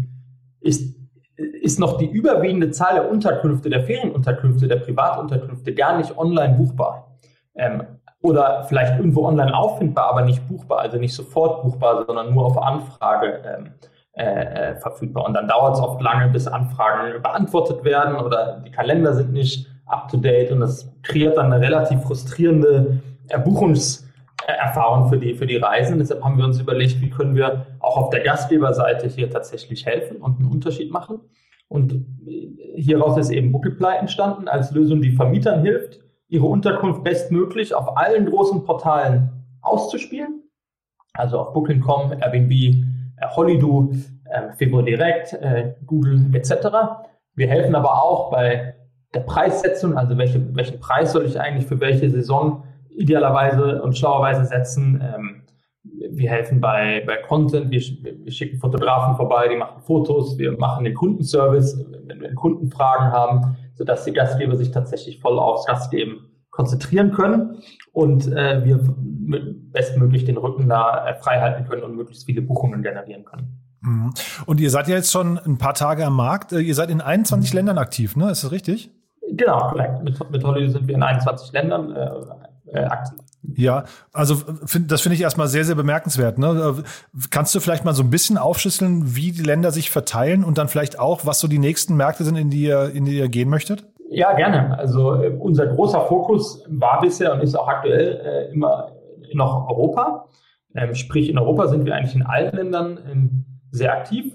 noch die überwiegende Zahl der Unterkünfte, der Ferienunterkünfte, der Privatunterkünfte gar nicht online buchbar. Oder vielleicht irgendwo online auffindbar, aber nicht buchbar, also nicht sofort buchbar, sondern nur auf Anfrage verfügbar. Und dann dauert es oft lange, bis Anfragen beantwortet werden oder die Kalender sind nicht up-to-date und das kreiert dann eine relativ frustrierende Buchungserfahrung für die Reisen. Deshalb haben wir uns überlegt, wie können wir auch auf der Gastgeberseite hier tatsächlich helfen und einen Unterschied machen. Und hieraus ist eben Bookiply entstanden als Lösung, die Vermietern hilft, ihre Unterkunft bestmöglich auf allen großen Portalen auszuspielen. Also auf Booking.com, Airbnb, Holidoo, Fevo Direkt, Google etc. Wir helfen aber auch bei der Preissetzung, also welchen Preis soll ich eigentlich für welche Saison idealerweise und schlauerweise setzen. Wir helfen bei Content, wir schicken Fotografen vorbei, die machen Fotos, wir machen den Kundenservice, wenn wir Kunden Fragen haben, sodass die Gastgeber sich tatsächlich voll aufs Gastgeben konzentrieren können und wir bestmöglich den Rücken da frei halten können und möglichst viele Buchungen generieren können. Und ihr seid ja jetzt schon ein paar Tage am Markt. Ihr seid in 21 Ländern aktiv, ne? Ist das richtig? Genau, korrekt. Mit Holidoo sind wir in 21 Ländern aktiv. Ja, also das finde ich erstmal sehr, sehr bemerkenswert. Ne? Kannst du vielleicht mal so ein bisschen aufschlüsseln, wie die Länder sich verteilen und dann vielleicht auch, was so die nächsten Märkte sind, in die ihr gehen möchtet? Ja, gerne. Also unser großer Fokus war bisher und ist auch aktuell immer noch Europa. Sprich, in Europa sind wir eigentlich in allen Ländern sehr aktiv.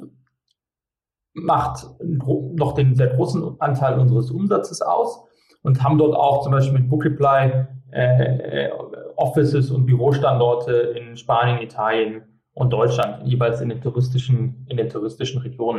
Macht noch den sehr großen Anteil unseres Umsatzes aus und haben dort auch zum Beispiel mit Bookiply Offices und Bürostandorte in Spanien, Italien und Deutschland, jeweils in den touristischen Regionen.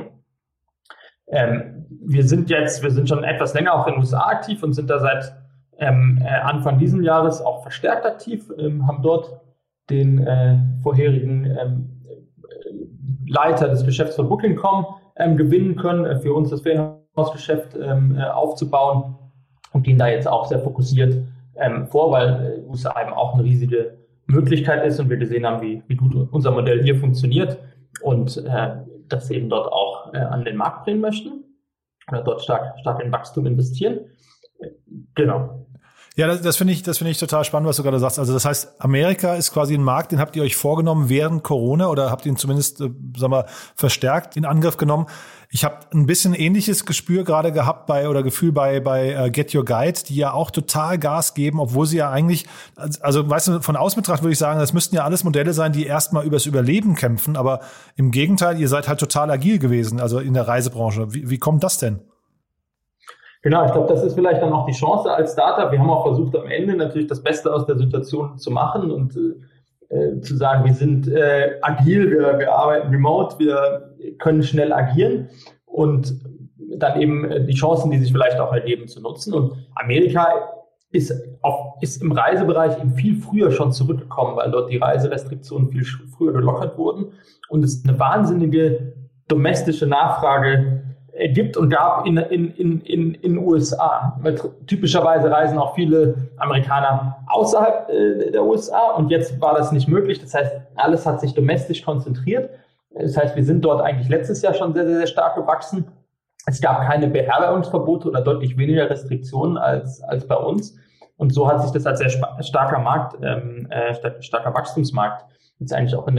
Wir sind schon etwas länger auch in den USA aktiv und sind da seit Anfang dieses Jahres auch verstärkt aktiv, haben dort den vorherigen Leiter des Geschäfts von Booking.com gewinnen können, für uns das Ferienhausgeschäft aufzubauen und gehen da jetzt auch sehr fokussiert vor, weil USA eben auch eine riesige Möglichkeit ist und wir gesehen haben, wie gut unser Modell hier funktioniert und das eben dort auch an den Markt bringen möchten oder dort stark in Wachstum investieren. Genau. Ja, das finde ich total spannend, was du gerade sagst. Also das heißt, Amerika ist quasi ein Markt, den habt ihr euch vorgenommen während Corona oder habt ihn zumindest, verstärkt in Angriff genommen. Ich habe ein bisschen ähnliches Gespür gerade gehabt Gefühl bei Get Your Guide, die ja auch total Gas geben, obwohl sie ja eigentlich, also weißt du, von außen betrachtet würde ich sagen, das müssten ja alles Modelle sein, die erstmal übers Überleben kämpfen, aber im Gegenteil, ihr seid halt total agil gewesen, also in der Reisebranche. Wie kommt das denn? Genau, ich glaube, das ist vielleicht dann auch die Chance als Startup. Wir haben auch versucht, am Ende natürlich das Beste aus der Situation zu machen und zu sagen, wir sind agil, wir arbeiten remote, wir können schnell agieren und dann eben die Chancen, die sich vielleicht auch ergeben, zu nutzen. Und Amerika ist im Reisebereich eben viel früher schon zurückgekommen, weil dort die Reiserestriktionen viel früher gelockert wurden und es eine wahnsinnige domestische Nachfrage gibt und gab in den USA. Typischerweise reisen auch viele Amerikaner außerhalb der USA und jetzt war das nicht möglich. Das heißt, alles hat sich domestisch konzentriert. Das heißt, wir sind dort eigentlich letztes Jahr schon sehr, sehr, sehr stark gewachsen. Es gab keine Beherbergungsverbote oder deutlich weniger Restriktionen als bei uns. Und so hat sich das als sehr starker Markt, starker Wachstumsmarkt jetzt eigentlich auch in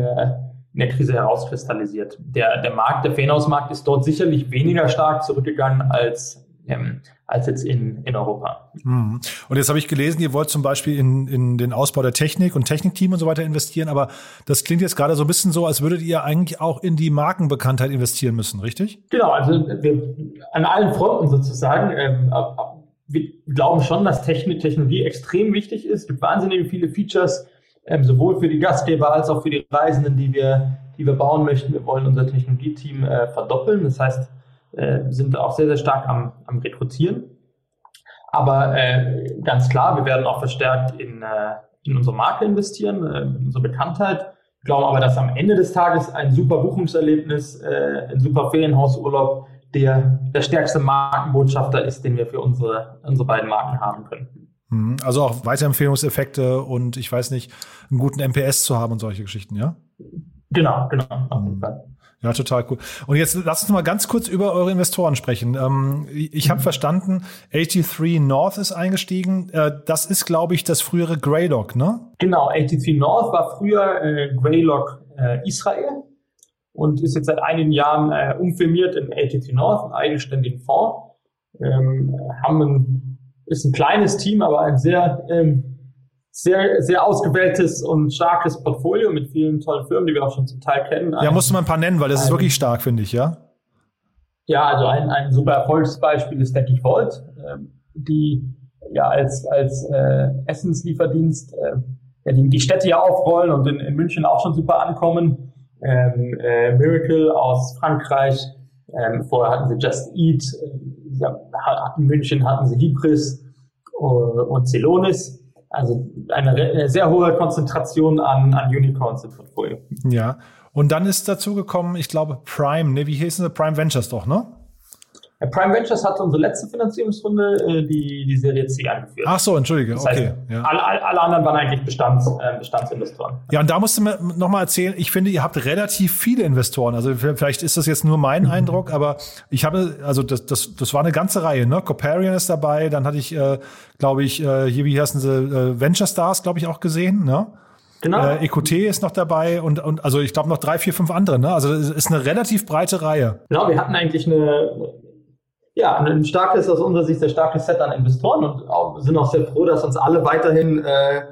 der Krise herauskristallisiert. Der Ferienhausmarkt ist dort sicherlich weniger stark zurückgegangen als jetzt in Europa. Und jetzt habe ich gelesen, ihr wollt zum Beispiel in den Ausbau der Technik und Technikteam und so weiter investieren, aber das klingt jetzt gerade so ein bisschen so, als würdet ihr eigentlich auch in die Markenbekanntheit investieren müssen, richtig? Genau, also wir an allen Fronten sozusagen. Wir glauben schon, dass Technologie extrem wichtig ist. Es gibt wahnsinnig viele Features, sowohl für die Gastgeber als auch für die Reisenden, die wir bauen möchten. Wir wollen unser Technologieteam verdoppeln. Das heißt, sind auch sehr, sehr stark am Rekrutieren. Aber ganz klar, wir werden auch verstärkt in unsere Marke investieren, in unsere Bekanntheit. Wir glauben aber, dass am Ende des Tages ein super Buchungserlebnis, ein super Ferienhausurlaub der stärkste Markenbotschafter ist, den wir für unsere beiden Marken haben können. Also auch Weiterempfehlungseffekte und ich weiß nicht, einen guten NPS zu haben und solche Geschichten, ja? Genau, auf jeden Fall. Ja, total cool. Und jetzt lasst uns mal ganz kurz über eure Investoren sprechen. Ich habe verstanden, 83 North ist eingestiegen. Das ist, glaube ich, das frühere Greylock, ne? Genau, 83 North war früher Greylock Israel und ist jetzt seit einigen Jahren umfirmiert in 83 North, einen eigenständigen Fonds. Ist ein kleines Team, aber ein sehr, sehr ausgewähltes und starkes Portfolio mit vielen tollen Firmen, die wir auch schon zum Teil kennen. Ja, musst du mal ein paar nennen, weil das ist wirklich stark, finde ich, ja? Ja, also ein super Erfolgsbeispiel ist, denke ich, Volt, die ja als Essenslieferdienst die Städte ja aufrollen und in München auch schon super ankommen. Miracle aus Frankreich, vorher hatten sie Just Eat, in München hatten sie Hybris und Celonis. Also eine sehr hohe Konzentration an Unicorns im Portfolio. Ja, und dann ist dazu gekommen, ich glaube, Prime, ne? Wie hießen sie? Prime Ventures doch, ne? Prime Ventures hatte unsere letzte Finanzierungsrunde, die Serie C angeführt. Ach so, entschuldige, das heißt, okay. Ja. Alle anderen waren eigentlich Bestandsinvestoren. Ja, und da musst du mir nochmal erzählen, ich finde, ihr habt relativ viele Investoren. Also vielleicht ist das jetzt nur mein Eindruck, aber ich habe, also das war eine ganze Reihe, ne? Coparion ist dabei, dann hatte ich, glaube ich, hier, wie heißen sie, Venture Stars, glaube ich, auch gesehen, ne? Genau. EQT ist noch dabei und also ich glaube noch 3, 4, 5 andere, ne? Also es ist eine relativ breite Reihe. Genau, wir hatten eigentlich ein starkes, aus unserer Sicht sehr starkes Set an Investoren und sind auch sehr froh, dass uns alle weiterhin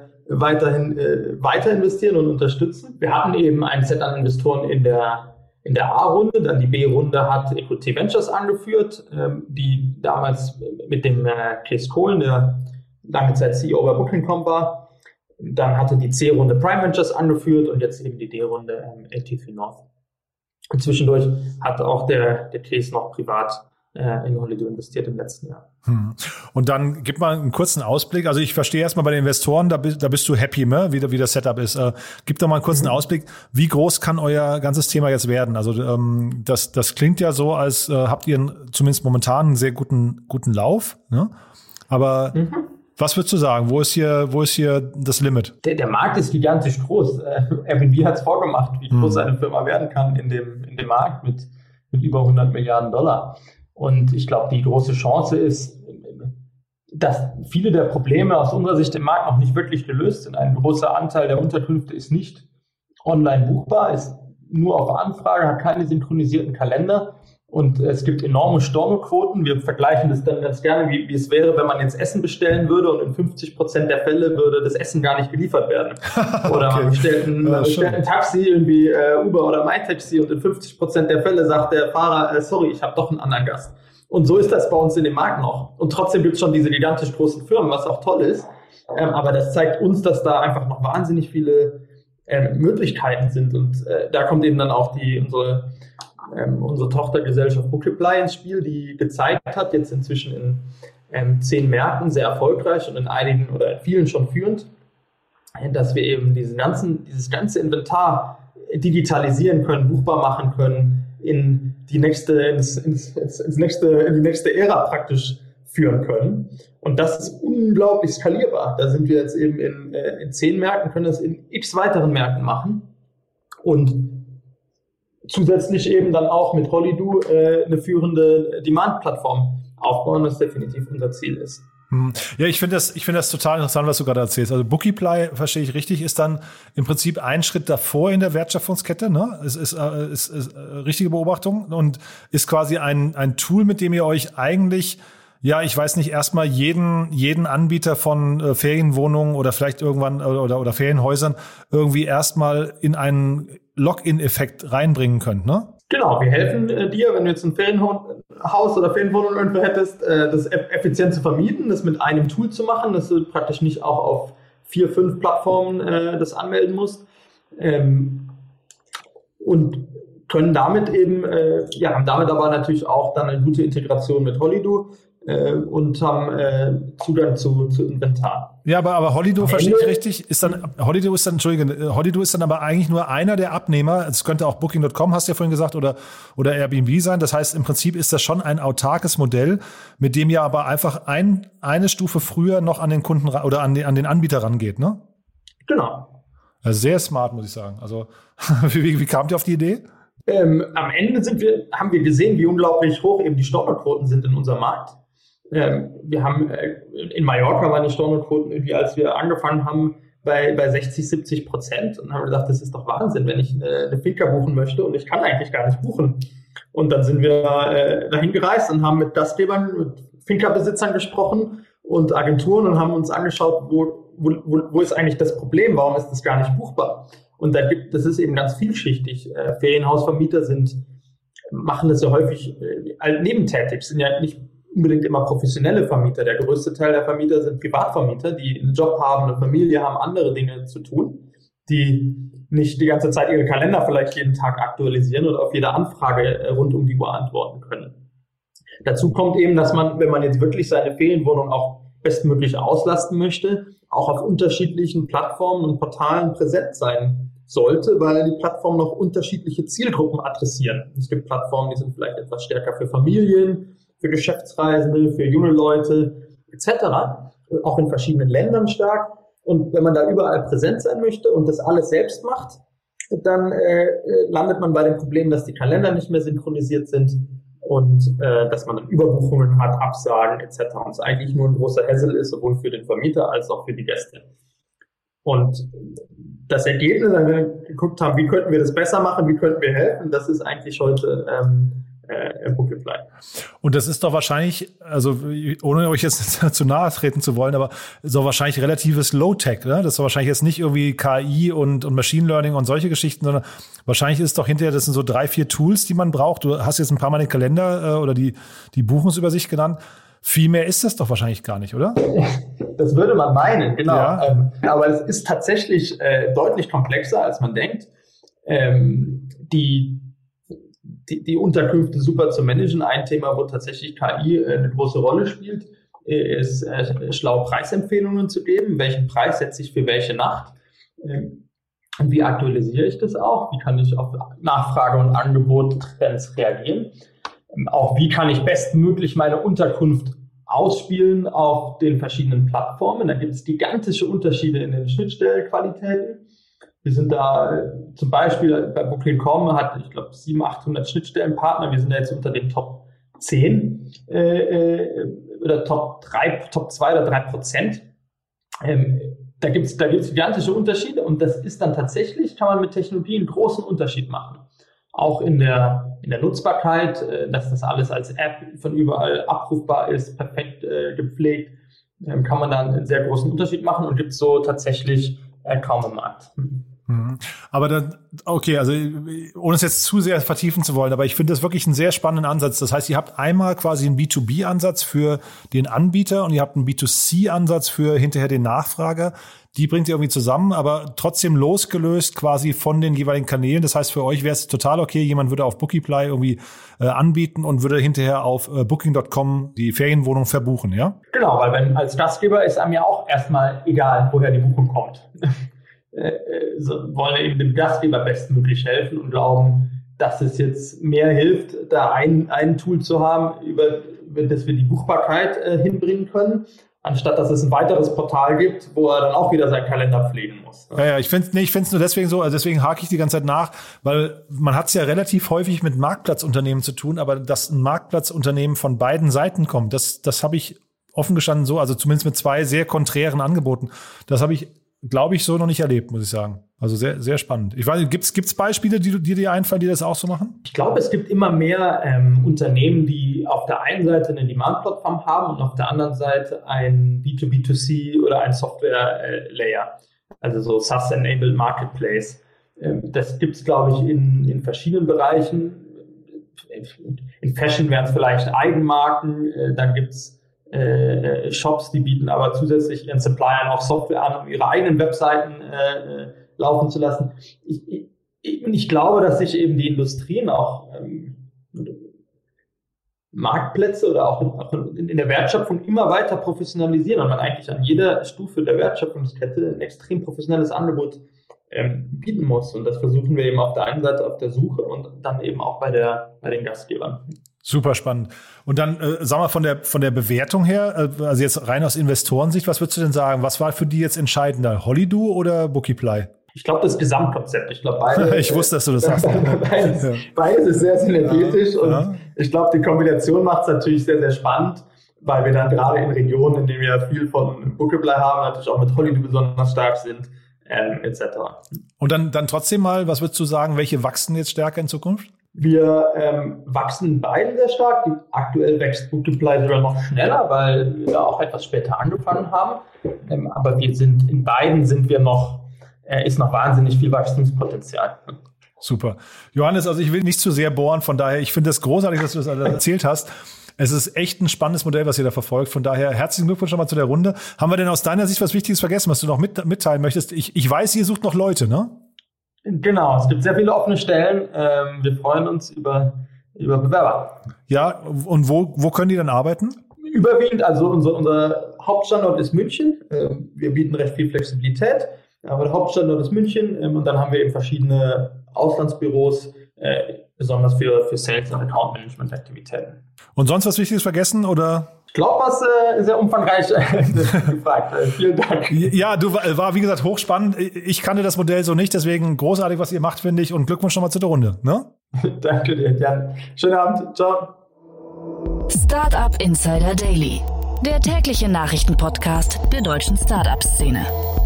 weiter investieren und unterstützen. Wir hatten eben ein Set an Investoren in der A-Runde, dann die B-Runde hat EQT Ventures angeführt, die damals mit dem Kees Kohlen, der lange Zeit CEO bei Booking.com war. Dann hatte die C-Runde Prime Ventures angeführt und jetzt eben die D-Runde 83 North. Und zwischendurch hat auch der Kees noch privat in Holiday investiert im letzten Jahr. Und dann gib mal einen kurzen Ausblick. Also ich verstehe erstmal bei den Investoren, da bist du happy, ne? Wie das Setup ist. Gib doch mal einen kurzen Ausblick. Wie groß kann euer ganzes Thema jetzt werden? Also das klingt ja so, als habt ihr zumindest momentan einen sehr guten Lauf, ne? Aber was würdest du sagen? Wo ist hier das Limit? Der Markt ist gigantisch groß. Airbnb hat es vorgemacht, wie groß eine Firma werden kann in dem Markt mit über $100 Milliarden. Und ich glaube, die große Chance ist, dass viele der Probleme aus unserer Sicht im Markt noch nicht wirklich gelöst sind. Ein großer Anteil der Unterkünfte ist nicht online buchbar, ist nur auf Anfrage, hat keine synchronisierten Kalender und es gibt enorme Stornoquoten. Wir vergleichen das dann ganz gerne, wie es wäre, wenn man jetzt Essen bestellen würde und in 50% der Fälle würde das Essen gar nicht geliefert werden. Oder man bestellt ein Taxi, irgendwie Uber oder MyTaxi und in 50% der Fälle sagt der Fahrer, sorry, ich habe doch einen anderen Gast. Und so ist das bei uns in dem Markt noch. Und trotzdem gibt es schon diese gigantisch großen Firmen, was auch toll ist. Aber das zeigt uns, dass da einfach noch wahnsinnig viele Möglichkeiten sind. Und da kommt eben dann auch unsere Tochtergesellschaft Bookiply ins Spiel, die gezeigt hat, jetzt inzwischen in 10 Märkten sehr erfolgreich und in einigen oder in vielen schon führend, dass wir eben dieses ganze Inventar digitalisieren können, buchbar machen können, in die nächste Ära praktisch führen können. Und das ist unglaublich skalierbar. Da sind wir jetzt eben in 10 Märkten, können das in x weiteren Märkten machen. Und zusätzlich eben dann auch mit Holidoo eine führende Demand-Plattform aufbauen, was definitiv unser Ziel ist. Ja, ich finde das total interessant, was du gerade erzählst. Also Bookiply, verstehe ich richtig, ist dann im Prinzip ein Schritt davor in der Wertschöpfungskette, ne? Es ist richtige Beobachtung und ist quasi ein Tool, mit dem ihr euch eigentlich, ja, ich weiß nicht, erstmal jeden Anbieter von Ferienwohnungen oder vielleicht irgendwann oder Ferienhäusern irgendwie erstmal in einen Login-Effekt reinbringen könnt, ne? Genau, wir helfen dir, wenn du jetzt ein Ferienhaus oder Ferienwohnung irgendwo hättest, das effizient zu vermieten, das mit einem Tool zu machen, dass du praktisch nicht auch auf 4, 5 Plattformen das anmelden musst. Und können damit eben, haben damit aber natürlich auch dann eine gute Integration mit Holidoo und haben Zugang zu Inventar. Ja, aber Holidoo, verstehe ich richtig, Holidoo ist dann aber eigentlich nur einer der Abnehmer. Es könnte auch Booking.com, hast du ja vorhin gesagt, oder Airbnb sein. Das heißt, im Prinzip ist das schon ein autarkes Modell, mit dem ihr aber einfach eine Stufe früher noch an den Kunden oder an den Anbieter rangeht, ne? Genau. Also sehr smart, muss ich sagen. Also, wie kamt ihr auf die Idee? Am Ende haben wir gesehen, wie unglaublich hoch eben die Stornoquoten sind in unserem Markt. Wir haben in Mallorca waren die Stornoquoten irgendwie, als wir angefangen haben, bei 60-70% und haben gedacht, das ist doch Wahnsinn, wenn ich eine Finca buchen möchte und ich kann eigentlich gar nicht buchen. Und dann sind wir dahin gereist und haben mit Gastgebern, mit Finca-Besitzern gesprochen und Agenturen und haben uns angeschaut, wo ist eigentlich das Problem, warum ist das gar nicht buchbar? Und das ist eben ganz vielschichtig. Ferienhausvermieter machen das ja häufig nebentätig, sind ja nicht unbedingt immer professionelle Vermieter. Der größte Teil der Vermieter sind Privatvermieter, die einen Job haben, eine Familie haben, andere Dinge zu tun, die nicht die ganze Zeit ihre Kalender vielleicht jeden Tag aktualisieren oder auf jede Anfrage rund um die Uhr antworten können. Dazu kommt eben, dass man, wenn man jetzt wirklich seine Ferienwohnung auch bestmöglich auslasten möchte, auch auf unterschiedlichen Plattformen und Portalen präsent sein sollte, weil die Plattformen noch unterschiedliche Zielgruppen adressieren. Es gibt Plattformen, die sind vielleicht etwas stärker für Familien, für Geschäftsreisende, für junge Leute etc., auch in verschiedenen Ländern stark. Und wenn man da überall präsent sein möchte und das alles selbst macht, dann landet man bei dem Problem, dass die Kalender nicht mehr synchronisiert sind und dass man dann Überbuchungen hat, Absagen etc. Und es eigentlich nur ein großer Hassel ist, sowohl für den Vermieter als auch für die Gäste. Und das Ergebnis, wenn wir geguckt haben, wie könnten wir das besser machen, wie könnten wir helfen, das ist eigentlich heute Bookiply. Und das ist doch wahrscheinlich, also ohne euch jetzt zu nahe treten zu wollen, aber so wahrscheinlich relatives Low-Tech, ne? Das ist doch wahrscheinlich jetzt nicht irgendwie KI und Machine Learning und solche Geschichten, sondern wahrscheinlich ist doch hinterher, das sind so 3, 4 Tools, die man braucht. Du hast jetzt ein paar Mal den Kalender oder die Buchungsübersicht genannt. Viel mehr ist das doch wahrscheinlich gar nicht, oder? Das würde man meinen, genau. Ja. Aber es ist tatsächlich deutlich komplexer, als man denkt. Die Unterkünfte super zu managen. Ein Thema, wo tatsächlich KI eine große Rolle spielt, ist schlaue Preisempfehlungen zu geben. Welchen Preis setze ich für welche Nacht? Und wie aktualisiere ich das auch? Wie kann ich auf Nachfrage und Angebot-Trends reagieren? Auch wie kann ich bestmöglich meine Unterkunft ausspielen auf den verschiedenen Plattformen? Da gibt es gigantische Unterschiede in den Schnittstellenqualitäten. Wir sind da zum Beispiel bei Booking.com hat, ich glaube, 700-800 Schnittstellenpartner. Wir sind da jetzt unter den Top 10 oder Top 2 oder 3%. Da gibt's gigantische Unterschiede und das ist dann tatsächlich, kann man mit Technologie einen großen Unterschied machen. Auch in der Nutzbarkeit, dass das alles als App von überall abrufbar ist, perfekt gepflegt, kann man dann einen sehr großen Unterschied machen und gibt es so tatsächlich kaum im Markt. Aber dann, okay, also ohne es jetzt zu sehr vertiefen zu wollen, aber ich finde das wirklich einen sehr spannenden Ansatz. Das heißt, ihr habt einmal quasi einen B2B-Ansatz für den Anbieter und ihr habt einen B2C-Ansatz für hinterher den Nachfrager. Die bringt ihr irgendwie zusammen, aber trotzdem losgelöst quasi von den jeweiligen Kanälen. Das heißt, für euch wäre es total okay, jemand würde auf Bookiply irgendwie anbieten und würde hinterher auf Booking.com die Ferienwohnung verbuchen, ja? Genau, weil wenn als Gastgeber ist einem ja auch erstmal egal, woher die Buchung kommt. Wollen eben dem Gastgeber bestmöglich helfen und glauben, dass es jetzt mehr hilft, da ein Tool zu haben, über das wir die Buchbarkeit hinbringen können, anstatt dass es ein weiteres Portal gibt, wo er dann auch wieder seinen Kalender pflegen muss. Ja, ich finde es nur deswegen so, also deswegen hake ich die ganze Zeit nach, weil man hat es ja relativ häufig mit Marktplatzunternehmen zu tun, aber dass ein Marktplatzunternehmen von beiden Seiten kommt, das habe ich offen gestanden so, also zumindest mit 2 sehr konträren Angeboten, das habe ich, glaube ich, so noch nicht erlebt, muss ich sagen. Also sehr, sehr spannend. Ich weiß nicht, gibt's Beispiele, die dir einfallen, die das auch so machen? Ich glaube, es gibt immer mehr Unternehmen, die auf der einen Seite eine Demand-Plattform haben und auf der anderen Seite ein B2B2C oder ein Software-Layer, also so SaaS-enabled Marketplace. Das gibt es, glaube ich, in verschiedenen Bereichen. In Fashion wären es vielleicht Eigenmarken, dann gibt es Shops, die bieten aber zusätzlich ihren Suppliern auch Software an, um ihre eigenen Webseiten laufen zu lassen. Ich glaube, dass sich eben die Industrien auch Marktplätze oder auch in der Wertschöpfung immer weiter professionalisieren und man eigentlich an jeder Stufe der Wertschöpfungskette ein extrem professionelles Angebot bieten muss. Und das versuchen wir eben auf der einen Seite auf der Suche und dann eben auch bei den Gastgebern. Super spannend. Und dann, sag mal, von der Bewertung her, also jetzt rein aus Investorensicht, was würdest du denn sagen? Was war für die jetzt entscheidender? Holidoo oder Bookiply? Ich glaube, das Gesamtkonzept. Ich glaube, beide. Ich wusste, dass du das sagst. Beides ist sehr synergetisch und ich glaube, die Kombination macht es natürlich sehr, sehr spannend, weil wir dann gerade in Regionen, in denen wir viel von Bookiply haben, natürlich auch mit Holidoo besonders stark sind, etc. Und dann trotzdem mal, was würdest du sagen, welche wachsen jetzt stärker in Zukunft? Wir wachsen beiden sehr stark. Aktuell wächst Bookiply sogar noch schneller, weil wir auch etwas später angefangen haben. Aber in beiden ist noch wahnsinnig viel Wachstumspotenzial. Super. Johannes, also ich will nicht zu sehr bohren, von daher, ich finde es großartig, dass du das erzählt hast. Es ist echt ein spannendes Modell, was ihr da verfolgt. Von daher herzlichen Glückwunsch nochmal zu der Runde. Haben wir denn aus deiner Sicht was Wichtiges vergessen, was du noch mitteilen möchtest? Ich weiß, ihr sucht noch Leute, ne? Genau, es gibt sehr viele offene Stellen. Wir freuen uns über Bewerber. Ja, und wo können die dann arbeiten? Überwiegend, also unser Hauptstandort ist München. Wir bieten recht viel Flexibilität, aber der Hauptstandort ist München und dann haben wir eben verschiedene Auslandsbüros, besonders für Sales- und Account-Management-Aktivitäten. Und sonst was Wichtiges vergessen, oder? Ich glaube, was sehr umfangreich gefragt. Vielen Dank. Ja, war wie gesagt hochspannend. Ich kannte das Modell so nicht, deswegen großartig, was ihr macht, finde ich. Und Glückwunsch nochmal zu der Runde. Ne? Danke dir, Jan. Schönen Abend. Ciao. Startup Insider Daily, der tägliche Nachrichtenpodcast der deutschen Startup-Szene.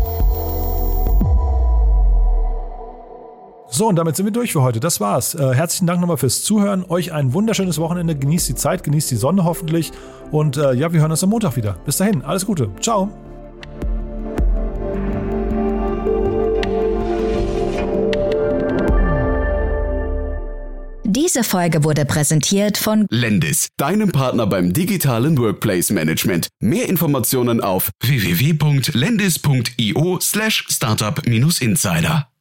So, und damit sind wir durch für heute. Das war's. Herzlichen Dank nochmal fürs Zuhören. Euch ein wunderschönes Wochenende. Genießt die Zeit, genießt die Sonne hoffentlich. Und wir hören uns am Montag wieder. Bis dahin, alles Gute. Ciao. Diese Folge wurde präsentiert von Lendis, deinem Partner beim digitalen Workplace Management. Mehr Informationen auf www.lendis.io/startup-insider.